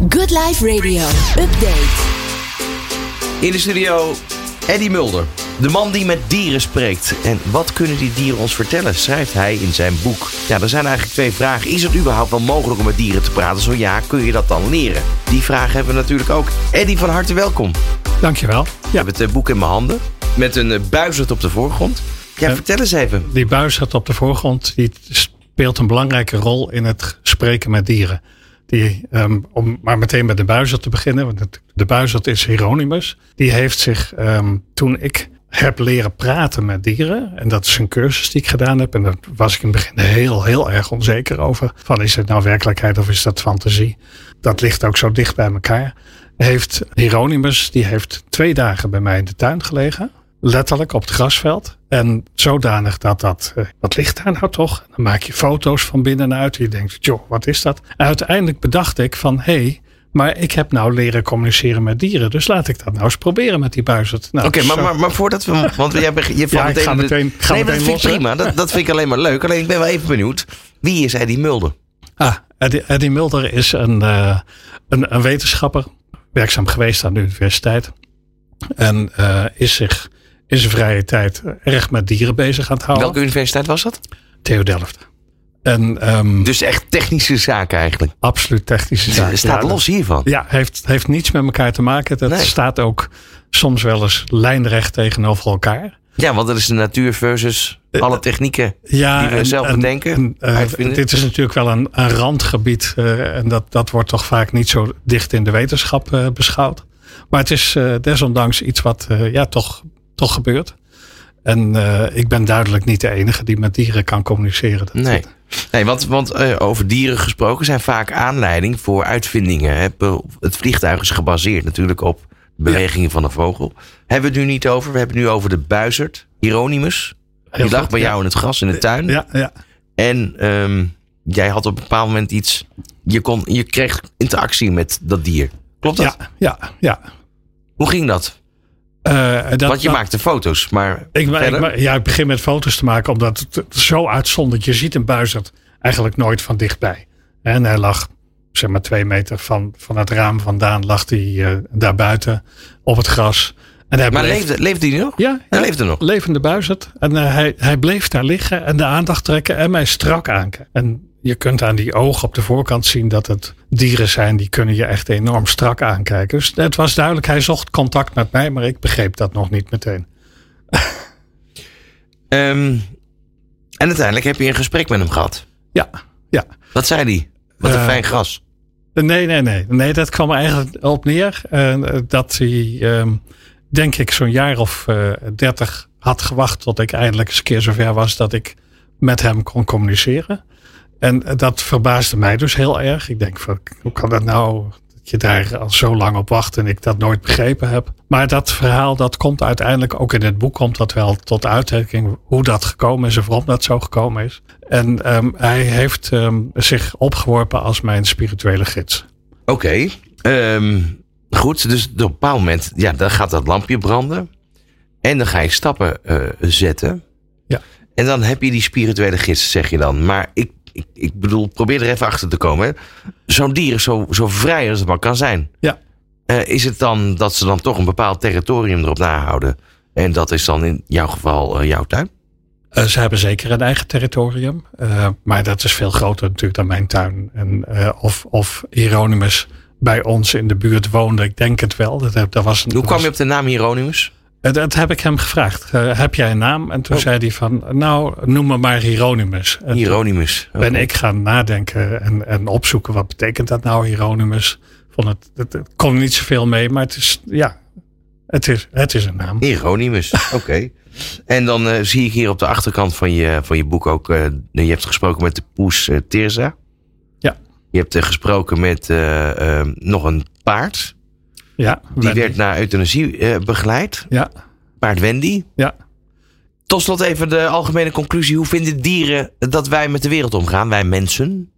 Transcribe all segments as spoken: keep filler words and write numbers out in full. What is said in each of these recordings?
Good Life Radio Update. In de studio Eddie Mulder, de man die met dieren spreekt. En wat kunnen die dieren ons vertellen, schrijft hij in zijn boek. Ja, er zijn eigenlijk twee vragen. Is het überhaupt wel mogelijk om met dieren te praten? Zo ja, kun je dat dan leren? Die vraag hebben we natuurlijk ook. Eddie, van harte welkom. Dankjewel. Ja. Ik heb het uh, boek in mijn handen met een uh, buizerd op de voorgrond. Ja, uh, vertel eens even. Die buizerd op de voorgrond die speelt een belangrijke rol in het spreken met dieren. Die, um, om maar meteen met de buizerd te beginnen. Want het, de buizerd is Hieronymus. Die heeft zich, um, toen ik heb leren praten met dieren. En dat is een cursus die ik gedaan heb. En daar was ik in het begin heel, heel erg onzeker over. Van is het nou werkelijkheid of is dat fantasie? Dat ligt ook zo dicht bij elkaar. Heeft Hieronymus, die heeft twee dagen bij mij in de tuin gelegen. Letterlijk op het grasveld. En zodanig dat dat, uh, wat ligt daar nou toch? Dan maak je foto's van binnenuit. Je denkt, joh, wat is dat? En uiteindelijk bedacht ik van, hé, hey, maar ik heb nou leren communiceren met dieren. Dus laat ik dat nou eens proberen met die buizerd. Nou, Oké, okay, maar, maar, maar voordat we, want jij je ja, ik ga meteen, ga nee, meteen dat vind ik prima. Dat, dat vind ik alleen maar leuk. Alleen ik ben wel even benieuwd. Wie is Eddie Mulder? Ah, Eddie, Eddie Mulder is een, uh, een, een wetenschapper. Werkzaam geweest aan de universiteit. En uh, is zich in zijn vrije tijd erg met dieren bezig aan het houden. Welke universiteit was dat? T U Delft. En, um, dus echt technische zaken eigenlijk? Absoluut technische zaken. Het staat ja, los hiervan? Ja, heeft, heeft niets met elkaar te maken. Dat nee. staat ook soms wel eens lijnrecht tegenover elkaar. Ja, want dat is de natuur versus alle technieken ja, die we en, zelf en, bedenken. En, uh, dit is natuurlijk wel een, een randgebied. Uh, en dat, dat wordt toch vaak niet zo dicht in de wetenschap uh, beschouwd. Maar het is uh, desondanks iets wat uh, ja, toch, toch gebeurt. En uh, ik ben duidelijk niet de enige die met dieren kan communiceren. Dat nee, nee, want, want uh, over dieren gesproken zijn vaak aanleiding voor uitvindingen. Hè? Het vliegtuig is gebaseerd natuurlijk op bewegingen ja. van een vogel. Hebben we het nu niet over. We hebben het nu over de buizerd, Hieronymus. Die Heel lag goed, bij jou ja. in het gras in de tuin. Ja, ja. En um, jij had op een bepaald moment iets. Je, kon, je kreeg interactie met dat dier. Klopt dat? Ja, ja, ja. Hoe ging dat? Uh, dat Want je dat, maakte foto's, maar ik, ik, ja, ik begin met foto's te maken omdat het zo uitzondert. Je ziet een buizerd eigenlijk nooit van dichtbij. En hij lag, zeg maar twee meter van, van het raam vandaan, lag hij uh, daar buiten op het gras. En hij maar bleef, leefde, leefde hij nog? Ja, hij ja, leefde nog. Levende buizerd. En uh, hij, hij bleef daar liggen en de aandacht trekken en mij strak aankijken. En je kunt aan die ogen op de voorkant zien dat het dieren zijn die kunnen je echt enorm strak aankijken. Dus het was duidelijk, hij zocht contact met mij, maar ik begreep dat nog niet meteen. um, en uiteindelijk heb je een gesprek met hem gehad? Ja, ja. Wat zei hij? Wat een uh, fijn gras. Nee, nee, nee. Nee, dat kwam er eigenlijk op neer. Uh, dat hij, um, denk ik, zo'n jaar of uh, dertig had gewacht tot ik eindelijk eens een keer zover was dat ik met hem kon communiceren. En dat verbaasde mij dus heel erg. Ik denk, van, hoe kan dat nou dat je daar al zo lang op wacht en ik dat nooit begrepen heb. Maar dat verhaal, dat komt uiteindelijk, ook in het boek komt dat wel tot uitdrukking, hoe dat gekomen is en waarom dat zo gekomen is. En um, hij heeft um, zich opgeworpen als mijn spirituele gids. Oké, okay. um, goed. Dus op een bepaald moment, ja, dan gaat dat lampje branden. En dan ga je stappen uh, zetten. Ja. En dan heb je die spirituele gids, zeg je dan. Maar ik Ik, ik bedoel, probeer er even achter te komen. Hè. Zo'n dier is zo, zo vrij als het maar kan zijn. Ja. Uh, is het dan dat ze dan toch een bepaald territorium erop nahouden? En dat is dan in jouw geval uh, jouw tuin? Uh, ze hebben zeker een eigen territorium. Uh, maar dat is veel groter natuurlijk dan mijn tuin. En, uh, of, of Hieronymus bij ons in de buurt woonde. Ik denk het wel. Dat, dat was een, Hoe kwam was... je op de naam Hieronymus? Dat heb ik hem gevraagd. Uh, heb jij een naam? En toen oh. zei hij van, nou, noem me maar Hieronymus. En Hieronymus. Ben okay. ik gaan nadenken en, en opzoeken, wat betekent dat nou, Hieronymus? Vond het, het, het kon niet zoveel mee, maar het is, ja, het is, het is een naam. Hieronymus, oké. Okay. En dan uh, zie ik hier op de achterkant van je, van je boek ook, uh, je hebt gesproken met de poes uh, Tirza. Ja. Je hebt uh, gesproken met uh, uh, nog een paard. Ja, die Wendy. werd naar euthanasie uh, begeleid. Ja. Paard Wendy. Ja. Tot slot even de algemene conclusie. Hoe vinden dieren dat wij met de wereld omgaan? Wij mensen?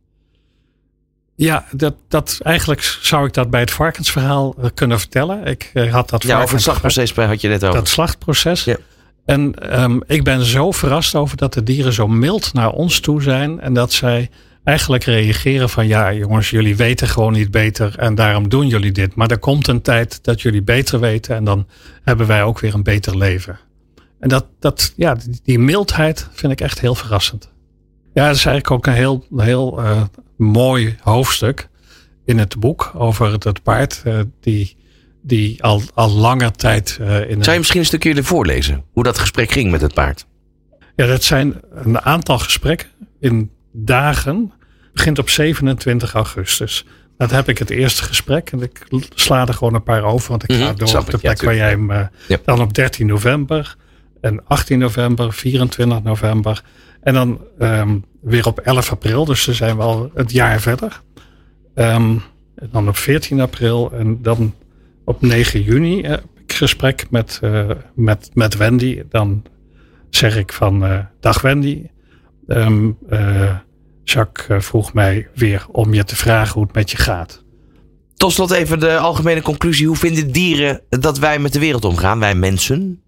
Ja, dat, dat, eigenlijk zou ik dat bij het varkensverhaal kunnen vertellen. Ik uh, had dat ja, over het slachtproces had je net over. Dat slachtproces. Ja. En um, ik ben zo verrast over dat de dieren zo mild naar ons toe zijn. En dat zij eigenlijk reageren van ja jongens, jullie weten gewoon niet beter en daarom doen jullie dit. Maar er komt een tijd dat jullie beter weten en dan hebben wij ook weer een beter leven. En dat, dat, ja, die, die mildheid vind ik echt heel verrassend. Ja, dat is eigenlijk ook een heel, heel uh, mooi hoofdstuk in het boek over het, het paard uh, die, die al, al langer tijd... Uh, in Zou je misschien een stukje ervoor lezen? Hoe dat gesprek ging met het paard? Ja, dat zijn een aantal gesprekken in dagen. Het begint op zevenentwintig augustus. Dat heb ik het eerste gesprek. En ik sla er gewoon een paar over. Want ik ga Mm-hmm, door op de plek ja, waar jij hem... Uh, ja. Dan op dertien november. En achttien november. vierentwintig november. En dan um, weer op elf april. Dus dan zijn we al het jaar verder. Um, en dan op veertien april. En dan op negen juni heb ik gesprek met, uh, met, met Wendy. Dan zeg ik van... Uh, dag Wendy. Um, uh, Jacques uh, vroeg mij weer om je te vragen hoe het met je gaat. Tot slot even de algemene conclusie. Hoe vinden dieren dat wij met de wereld omgaan? Wij mensen?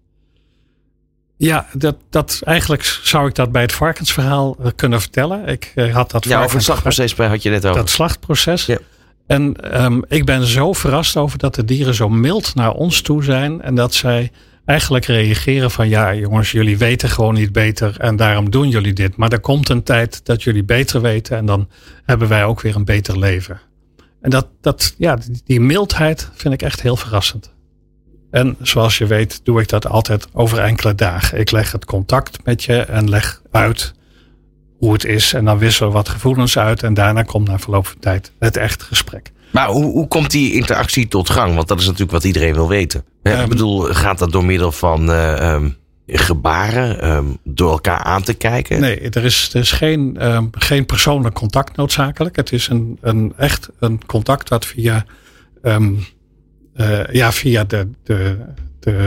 Ja, dat, dat, eigenlijk zou ik dat bij het varkensverhaal kunnen vertellen. Ik uh, had dat ja, over het slachtproces had je net over. Dat slachtproces. Ja. En um, ik ben zo verrast over dat de dieren zo mild naar ons toe zijn. En dat zij eigenlijk reageren van ja jongens, jullie weten gewoon niet beter en daarom doen jullie dit. Maar er komt een tijd dat jullie beter weten en dan hebben wij ook weer een beter leven. En dat, dat, ja, die, die mildheid vind ik echt heel verrassend. En zoals je weet doe ik dat altijd over enkele dagen. Ik leg het contact met je en leg uit hoe het is. En dan wisselen we wat gevoelens uit. En daarna komt na verloop van tijd het echte gesprek. Maar hoe, hoe komt die interactie tot gang? Want dat is natuurlijk wat iedereen wil weten. Ja, um, ik bedoel, gaat dat door middel van uh, um, gebaren? Um, door elkaar aan te kijken? Nee, er is, er is geen, um, geen persoonlijk contact noodzakelijk. Het is een, een, echt een contact wat via... Um, Uh, ja, via de, de, de,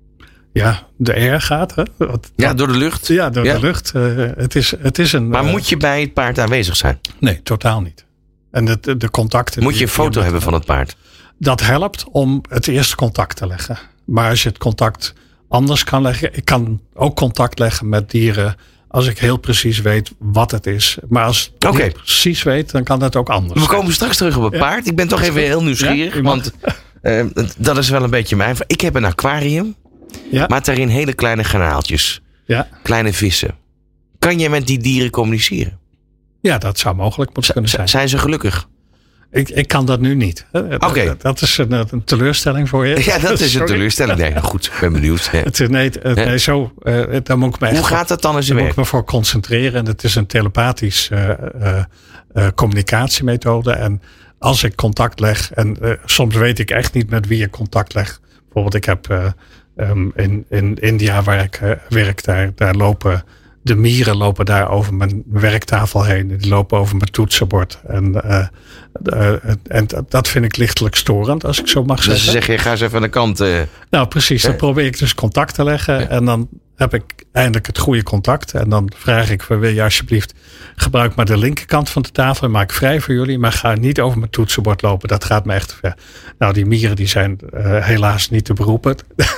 ja, de air gaat. Hè? Wat, ja, door de lucht. Ja, door ja. de lucht. Uh, het is, het is een, maar uh, moet je bij het paard aanwezig zijn? Nee, totaal niet. En de, de contacten... Moet je een foto die, hebben van het paard? Dat helpt om het eerste contact te leggen. Maar als je het contact anders kan leggen... Ik kan ook contact leggen met dieren... als ik heel precies weet wat het is. Maar als ik okay. precies weet, dan kan dat ook anders. We komen straks terug op het paard. Ja. Ik ben toch even heel nieuwsgierig. Ja, want uh, dat is wel een beetje mijn... Ik heb een aquarium. Ja. Maar daarin hele kleine garnaaltjes. Ja. Kleine vissen. Kan jij met die dieren communiceren? Ja, dat zou mogelijk moeten kunnen zijn. Zijn ze gelukkig? Ik, ik kan dat nu niet. Oké. Okay. Dat is een, een teleurstelling voor je. Ja, dat is een teleurstelling. Nee, goed, ik ben benieuwd. Ja. Het, nee, het, nee, zo, uh, daar moet ik me echt Hoe gaat dat dan in zijn werk? Daar moet ik me voor concentreren. En het is een telepathische uh, uh, uh, communicatiemethode. En als ik contact leg, en uh, soms weet ik echt niet met wie ik contact leg. Bijvoorbeeld, ik heb uh, um, in, in India waar ik uh, werk, daar, daar lopen... De mieren lopen daar over mijn werktafel heen. Die lopen over mijn toetsenbord. En, uh, uh, en dat vind ik lichtelijk storend, als ik zo mag zeggen. Dus ze zeggen, ga eens even aan de kant. Uh... Nou, precies. Dan probeer ik dus contact te leggen. Ja. En dan heb ik eindelijk het goede contact. En dan vraag ik, wil je alsjeblieft, gebruik maar de linkerkant van de tafel. En maak vrij voor jullie. Maar ga niet over mijn toetsenbord lopen. Dat gaat me echt te ver. Nou, die mieren die zijn uh, helaas niet te beroepen.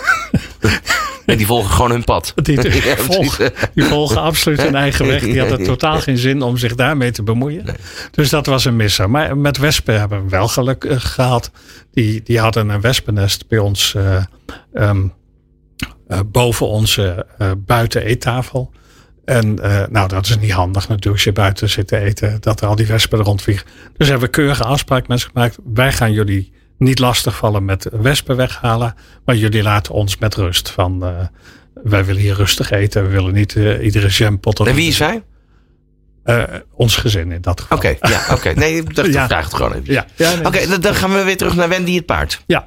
En die volgen gewoon hun pad. Die, die, ja, volgen, die volgen absoluut hun eigen weg. Die hadden totaal geen zin om zich daarmee te bemoeien. Nee. Dus dat was een misser. Maar met wespen hebben we wel geluk uh, gehad. Die, die hadden een wespennest bij ons uh, um, uh, boven onze uh, buiten eettafel. En uh, nou, dat is niet handig natuurlijk als je buiten zit te eten. Dat er al die wespen er rondvliegen. Dus hebben we keurige afspraak met ze gemaakt. Wij gaan jullie niet lastigvallen met wespen weghalen. Maar jullie laten ons met rust. Van, uh, wij willen hier rustig eten. We willen niet uh, iedere jampot. En wie is wij? Uh, ons gezin in dat geval. Oké, okay, ja, oké. Okay. Nee, ik dacht, ja. vraag het gewoon even. Ja, ja, nee, oké, okay, dan gaan we weer terug naar Wendy het paard. Ja.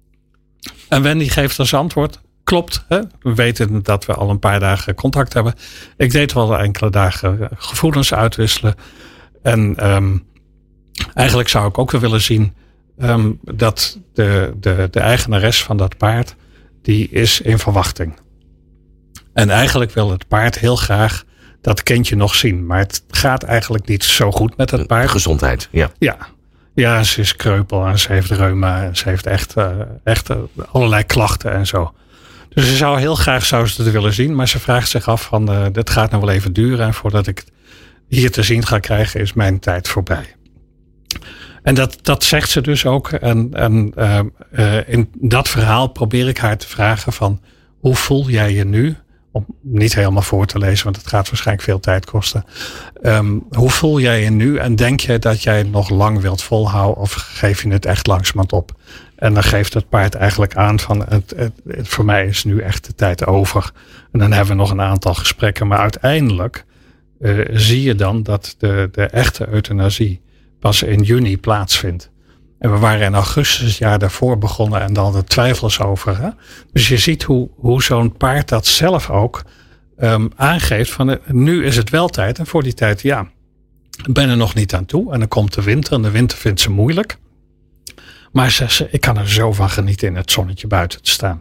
En Wendy geeft als antwoord. Klopt, hè? We weten dat we al een paar dagen contact hebben. Ik deed wel enkele dagen gevoelens uitwisselen. En um, eigenlijk zou ik ook wel willen zien... Um, dat de, de, de eigenares van dat paard, die is in verwachting. En eigenlijk wil het paard heel graag dat kindje nog zien. Maar het gaat eigenlijk niet zo goed met het paard. Gezondheid, ja. Ja, ja, ze is kreupel en ze heeft reuma. En ze heeft echt, uh, echt uh, allerlei klachten en zo. Dus ze zou heel graag zou ze het willen zien. Maar ze vraagt zich af van, uh, dit gaat nou wel even duren. En voordat ik hier te zien ga krijgen, is mijn tijd voorbij. En dat, dat zegt ze dus ook. En, en uh, uh, in dat verhaal probeer ik haar te vragen van, hoe voel jij je nu? Om niet helemaal voor te lezen, want het gaat waarschijnlijk veel tijd kosten. Um, hoe voel jij je nu? En denk je dat jij nog lang wilt volhouden? Of geef je het echt langzamerhand op? En dan geeft het paard eigenlijk aan van, het, het, het, voor mij is nu echt de tijd over. En dan hebben we nog een aantal gesprekken. Maar uiteindelijk uh, zie je dan dat de, de echte euthanasie pas in juni plaatsvindt. En we waren in augustus het jaar daarvoor begonnen en dan de twijfels over. Hè? Dus je ziet hoe, hoe zo'n paard dat zelf ook um, aangeeft van uh, nu is het wel tijd. En voor die tijd, ja, ik ben er nog niet aan toe. En dan komt de winter en de winter vindt ze moeilijk. Maar zegt ze, ik kan er zo van genieten in het zonnetje buiten te staan.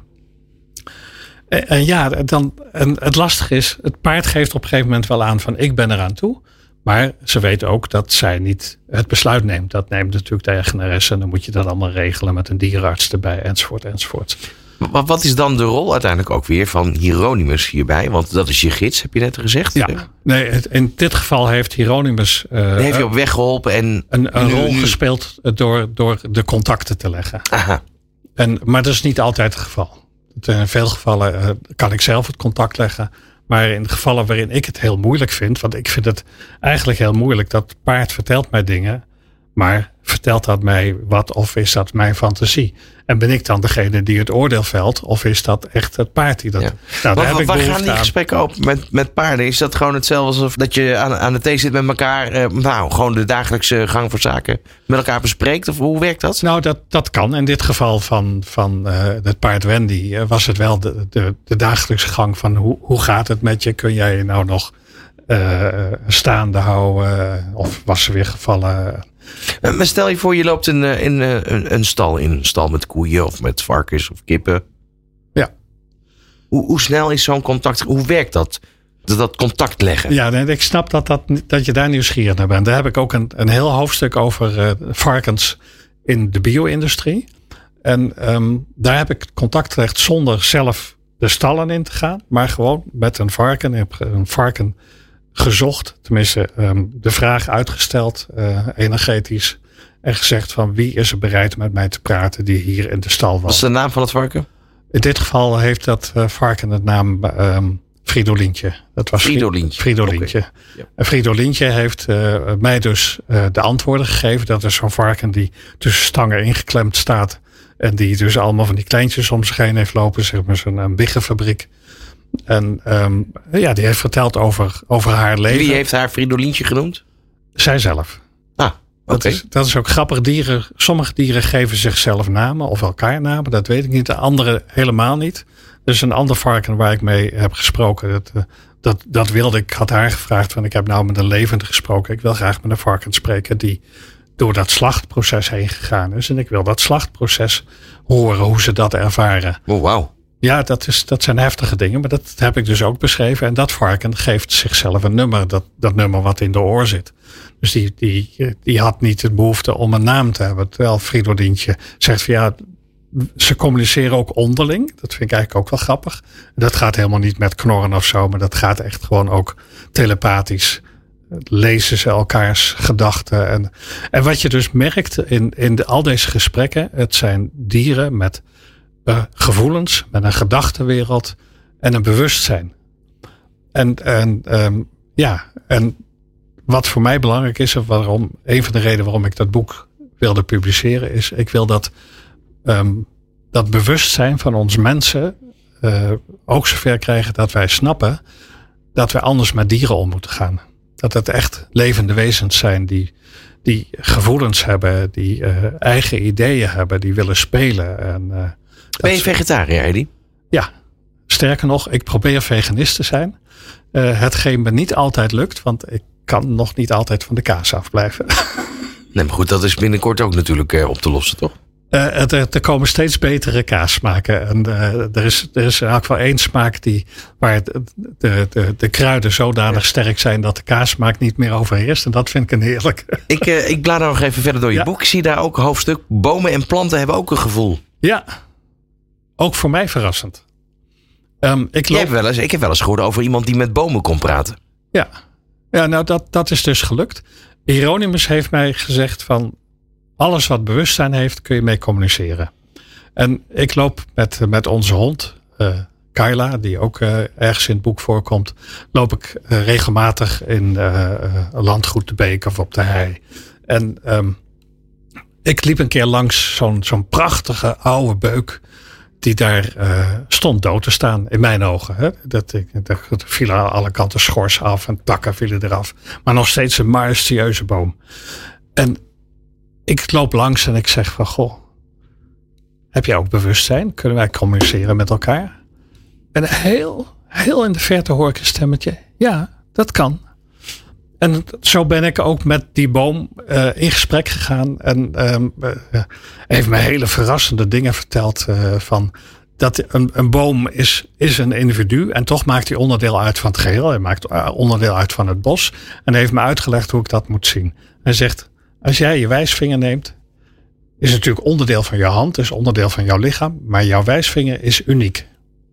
En, en ja, dan, en het lastige is, het paard geeft op een gegeven moment wel aan van ik ben er aan toe. Maar ze weet ook dat zij niet het besluit neemt. Dat neemt natuurlijk de eigenaresse. En dan moet je dat allemaal regelen met een dierenarts erbij, enzovoort, enzovoort. Wat, wat is dan de rol uiteindelijk ook weer van Hieronymus hierbij? Want dat is je gids, heb je net gezegd. Ja, nee, in dit geval heeft Hieronymus Uh, Die heeft je op weg geholpen en een, een nu, rol nu... gespeeld door, door de contacten te leggen. Aha. En, maar dat is niet altijd het geval. In veel gevallen uh, kan ik zelf het contact leggen. Maar in de gevallen waarin ik het heel moeilijk vind. Want ik vind het eigenlijk heel moeilijk. Dat paard vertelt mij dingen. Maar vertelt dat mij wat? Of is dat mijn fantasie? En ben ik dan degene die het oordeel velt? Of is dat echt het paard die dat... Ja. Nou, waar heb ik waar gaan die aan. gesprekken op met, met paarden? Is dat gewoon hetzelfde alsof dat je aan, aan de thee zit met elkaar? Eh, nou, gewoon de dagelijkse gang van zaken met elkaar bespreekt? Of hoe werkt dat? Nou, dat, dat kan. In dit geval van, van uh, het paard Wendy uh, was het wel de, de, de dagelijkse gang van hoe, hoe gaat het met je? Kun jij je nou nog uh, staande houden? Uh, of was ze weer gevallen? Uh, maar stel je voor, je loopt in, uh, in uh, een, een stal in. Een stal met koeien of met varkens of kippen. Ja. Hoe, hoe snel is zo'n contact? Hoe werkt dat? Dat, dat contact leggen? Ja, nee, ik snap dat, dat, dat je daar nieuwsgierig naar bent. Daar heb ik ook een, een heel hoofdstuk over uh, varkens in de bio-industrie. En um, daar heb ik contact gelegd zonder zelf de stallen in te gaan. Maar gewoon met een varken. Ik heb een varken gezocht. Tenminste, um, de vraag uitgesteld, uh, energetisch. En gezegd van wie is er bereid met mij te praten die hier in de stal was. Wat is de naam van het varken? In dit geval heeft dat uh, varken het naam um, Fridolientje. Dat was Fridolientje. Fridolientje. Okay. Ja. En Fridolientje heeft uh, mij dus uh, de antwoorden gegeven. Dat is zo'n varken die tussen stangen ingeklemd staat. En die dus allemaal van die kleintjes om zich heen heeft lopen. Zeg maar zo'n een biggenfabriek. En um, ja, die heeft verteld over, over haar leven. Wie heeft haar Fridolientje genoemd? Zijzelf. Ah, oké. Dat, Okay. is, dat is ook grappig. Dieren, sommige dieren geven zichzelf namen of elkaar namen. Dat weet ik niet. De andere helemaal niet. Dus een ander varken waar ik mee heb gesproken. Dat, dat, dat wilde ik. Ik had haar gevraagd. Van, ik heb nou met een levende gesproken. Ik wil graag met een varken spreken die door dat slachtproces heen gegaan is. En ik wil dat slachtproces horen. Hoe ze dat ervaren. Oh, wauw. Ja, dat, is, dat zijn heftige dingen. Maar dat heb ik dus ook beschreven. En dat varken geeft zichzelf een nummer. Dat, dat nummer wat in de oor zit. Dus die, die, die had niet de behoefte om een naam te hebben. Terwijl Fridolientje zegt van ja, ze communiceren ook onderling. Dat vind ik eigenlijk ook wel grappig. Dat gaat helemaal niet met knorren of zo. Maar dat gaat echt gewoon ook telepathisch. Lezen ze elkaars gedachten. En, en wat je dus merkt in, in de, al deze gesprekken. Het zijn dieren met uh, gevoelens. Met een gedachtenwereld. En een bewustzijn. En, en um, ja, en wat voor mij belangrijk is, of waarom, een van de redenen waarom ik dat boek wilde publiceren, is ik wil dat, um, dat bewustzijn van ons mensen uh, ook zover krijgen dat wij snappen dat wij anders met dieren om moeten gaan. Dat het echt levende wezens zijn die, die gevoelens hebben, die uh, eigen ideeën hebben, die willen spelen. En, uh, ben je vegetariër, Eddy? Ja, sterker nog, ik probeer veganist te zijn. Uh, hetgeen me niet altijd lukt, want ik kan nog niet altijd van de kaas afblijven. Nee, maar goed, dat is binnenkort ook natuurlijk uh, op te lossen, toch? Uh, er, er komen steeds betere kaassmaken. En uh, er, is, er is in elk geval één smaak die, waar de, de, de, de kruiden zodanig ja. sterk zijn dat de kaassmaak niet meer overheerst. En dat vind ik een heerlijk. Ik, uh, ik blader nog even verder door je ja. boek. Ik zie daar ook een hoofdstuk. Bomen en planten hebben ook een gevoel. Ja, ook voor mij verrassend. Um, ik, loop... hebt wel eens, ik heb wel eens gehoord over iemand die met bomen kon praten. Ja, Ja, nou dat, dat is dus gelukt. Hieronymus heeft mij gezegd van alles wat bewustzijn heeft kun je mee communiceren. En ik loop met, met onze hond, uh, Kyla, die ook uh, ergens in het boek voorkomt, loop ik uh, regelmatig in uh, uh, landgoed de Beek of op de hei. En um, ik liep een keer langs zo'n, zo'n prachtige oude beuk die daar uh, stond dood te staan, in mijn ogen. Hè? Dat, dat, dat viel aan alle kanten schors af en takken vielen eraf. Maar nog steeds een majestueuze boom. En ik loop langs en ik zeg van, goh, heb jij ook bewustzijn? Kunnen wij communiceren met elkaar? En heel, heel in de verte hoor ik een stemmetje. Ja, dat kan. En zo ben ik ook met die boom uh, in gesprek gegaan. En um, uh, heeft me hele verrassende dingen verteld. Uh, van dat een, een boom is, is een individu. En toch maakt hij onderdeel uit van het geheel. Hij maakt uh, onderdeel uit van het bos. En hij heeft me uitgelegd hoe ik dat moet zien. Hij zegt, als jij je wijsvinger neemt, is het natuurlijk onderdeel van je hand. Is onderdeel van jouw lichaam. Maar jouw wijsvinger is uniek.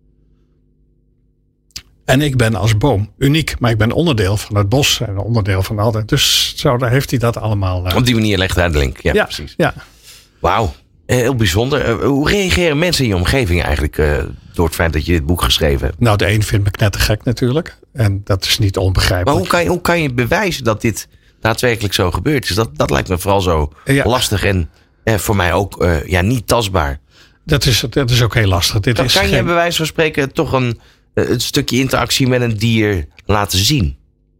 En ik ben als boom uniek, maar ik ben onderdeel van het bos en onderdeel van al dat. Dus zo, daar heeft hij dat allemaal. Uh... Op die manier legt hij de link. Ja, ja precies. Ja. Wauw, heel bijzonder. Uh, hoe reageren mensen in je omgeving eigenlijk uh, door het feit dat je dit boek geschreven hebt? Nou, de een vindt me knettergek natuurlijk. En dat is niet onbegrijpelijk. Maar hoe kan je, hoe kan je bewijzen dat dit daadwerkelijk zo gebeurd is? Dat, dat lijkt me vooral zo ja. lastig en uh, voor mij ook uh, ja, niet tastbaar. Dat is, dat is ook heel lastig. Dit dan is kan geen... je bij wijze van spreken toch een... een stukje interactie met een dier laten zien?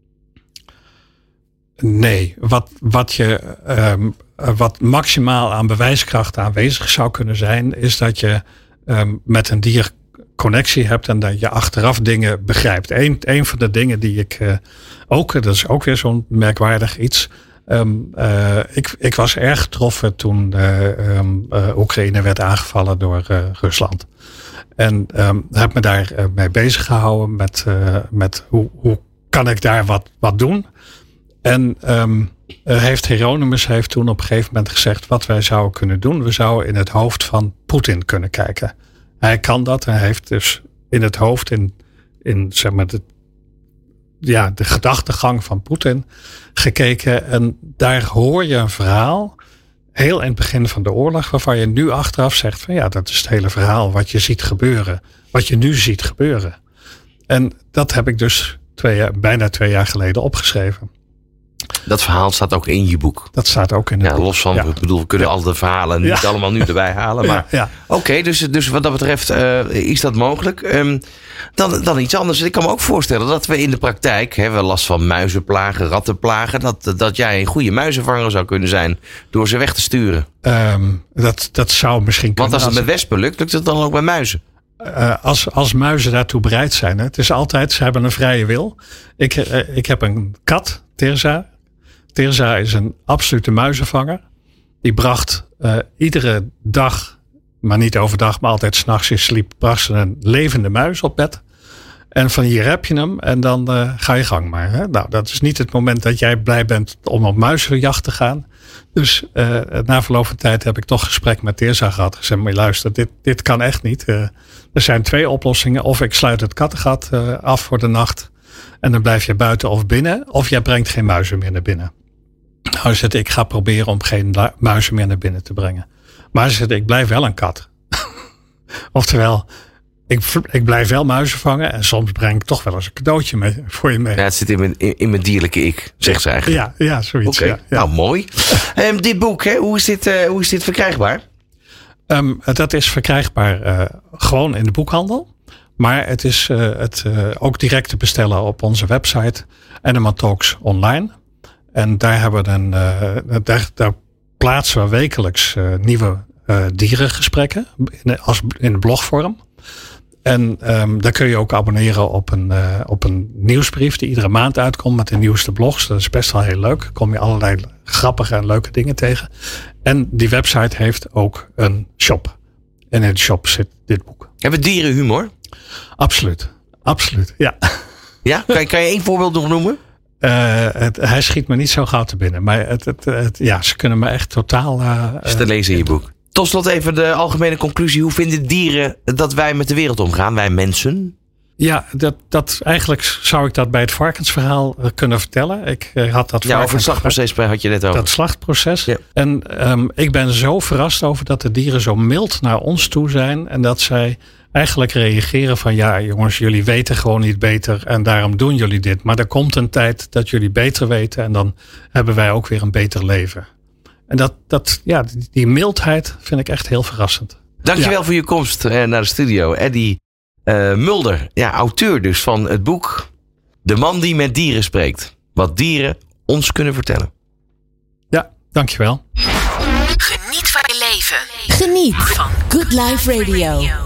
Nee, wat, wat, je, um, wat maximaal aan bewijskracht aanwezig zou kunnen zijn, is dat je um, met een dier connectie hebt en dat je achteraf dingen begrijpt. Eén een van de dingen die ik uh, ook, dat is ook weer zo'n merkwaardig iets. Um, uh, ik, ik was erg getroffen toen uh, um, uh, Oekraïne werd aangevallen door uh, Rusland. En um, heb me daar uh, mee bezig gehouden met, uh, met hoe, hoe kan ik daar wat, wat doen. En um, uh, heeft Hieronymus heeft toen op een gegeven moment gezegd wat wij zouden kunnen doen. We zouden in het hoofd van Poetin kunnen kijken. Hij kan dat en hij heeft dus in het hoofd, in, in zeg maar de, ja, de gedachtegang van Poetin gekeken. En daar hoor je een verhaal, heel in het begin van de oorlog, waarvan je nu achteraf zegt van ja, dat is het hele verhaal wat je ziet gebeuren. Wat je nu ziet gebeuren. En dat heb ik dus twee, bijna twee jaar geleden opgeschreven. Dat verhaal staat ook in je boek. Dat staat ook in het ja, boek. Los van, ja. ik bedoel, we kunnen ja. al de verhalen niet ja. allemaal nu erbij halen. Maar ja, ja. oké, okay, dus, dus wat dat betreft uh, is dat mogelijk. Um, dan, dan iets anders. Ik kan me ook voorstellen dat we in de praktijk hebben we last van muizenplagen, rattenplagen. Dat, dat jij een goede muizenvanger zou kunnen zijn door ze weg te sturen. Um, dat, dat zou misschien kunnen. Want als het met wespen lukt, lukt het dan ook bij muizen? Uh, als, als muizen daartoe bereid zijn. Hè. Het is altijd, ze hebben een vrije wil. Ik, uh, ik heb een kat, Terza. Terza is een absolute muizenvanger. Die bracht uh, iedere dag, maar niet overdag, maar altijd 's nachts in sliep, bracht ze een levende muis op bed. En van hier heb je hem en dan uh, ga je gang maar. Hè? Nou, dat is niet het moment dat jij blij bent om op muizenjacht te gaan. Dus uh, na verloop van tijd heb ik toch gesprek met Terza gehad. Gezegd, maar luister, dit, dit kan echt niet. Uh, er zijn twee oplossingen. Of ik sluit het kattengat uh, af voor de nacht. En dan blijf je buiten of binnen. Of jij brengt geen muizen meer naar binnen. Nou, zegt, ik ga proberen om geen muizen meer naar binnen te brengen. Maar zegt, ik blijf wel een kat. Oftewel, ik, ik blijf wel muizen vangen. En soms breng ik toch wel eens een cadeautje mee, voor je mee. Ja, het zit in mijn, in, in mijn dierlijke ik, zegt ze eigenlijk. Ja, ja zoiets. Okay. Ja, ja. Nou, mooi. um, dit boek, hè, hoe, is dit, uh, hoe is dit verkrijgbaar? Um, dat is verkrijgbaar uh, gewoon in de boekhandel. Maar het is uh, het, uh, ook direct te bestellen op onze website Animal Talks Online. En daar, hebben we een, uh, daar, daar plaatsen we wekelijks uh, nieuwe uh, dierengesprekken in, als, in blogvorm. En um, daar kun je ook abonneren op een, uh, op een nieuwsbrief die iedere maand uitkomt met de nieuwste blogs. Dat is best wel heel leuk. Daar kom je allerlei grappige en leuke dingen tegen. En die website heeft ook een shop. En in de shop zit dit boek. Hebben dieren humor? Absoluut. Absoluut, ja. Ja? Kan je, kan je één voorbeeld nog noemen? Uh, het, hij schiet me niet zo gauw te binnen. Maar het, het, het, ja, ze kunnen me echt totaal... Uh, is te lezen in je boek. Tot slot even de algemene conclusie. Hoe vinden dieren dat wij met de wereld omgaan? Wij mensen? Ja, dat, dat, eigenlijk zou ik dat bij het varkensverhaal uh, kunnen vertellen. Ik uh, had dat ja, over het slachtproces had je net over. Dat slachtproces. Ja. En um, ik ben zo verrast over dat de dieren zo mild naar ons toe zijn. En dat zij eigenlijk reageren van ja jongens, jullie weten gewoon niet beter. En daarom doen jullie dit. Maar er komt een tijd dat jullie beter weten. En dan hebben wij ook weer een beter leven. En dat, dat, ja, die, die mildheid vind ik echt heel verrassend. Dankjewel ja. voor je komst uh, naar de studio. Eddie uh, Mulder, ja, auteur dus van het boek De man die met dieren spreekt. Wat dieren ons kunnen vertellen. Ja, dankjewel. Geniet van je leven. Geniet van Good Life Radio.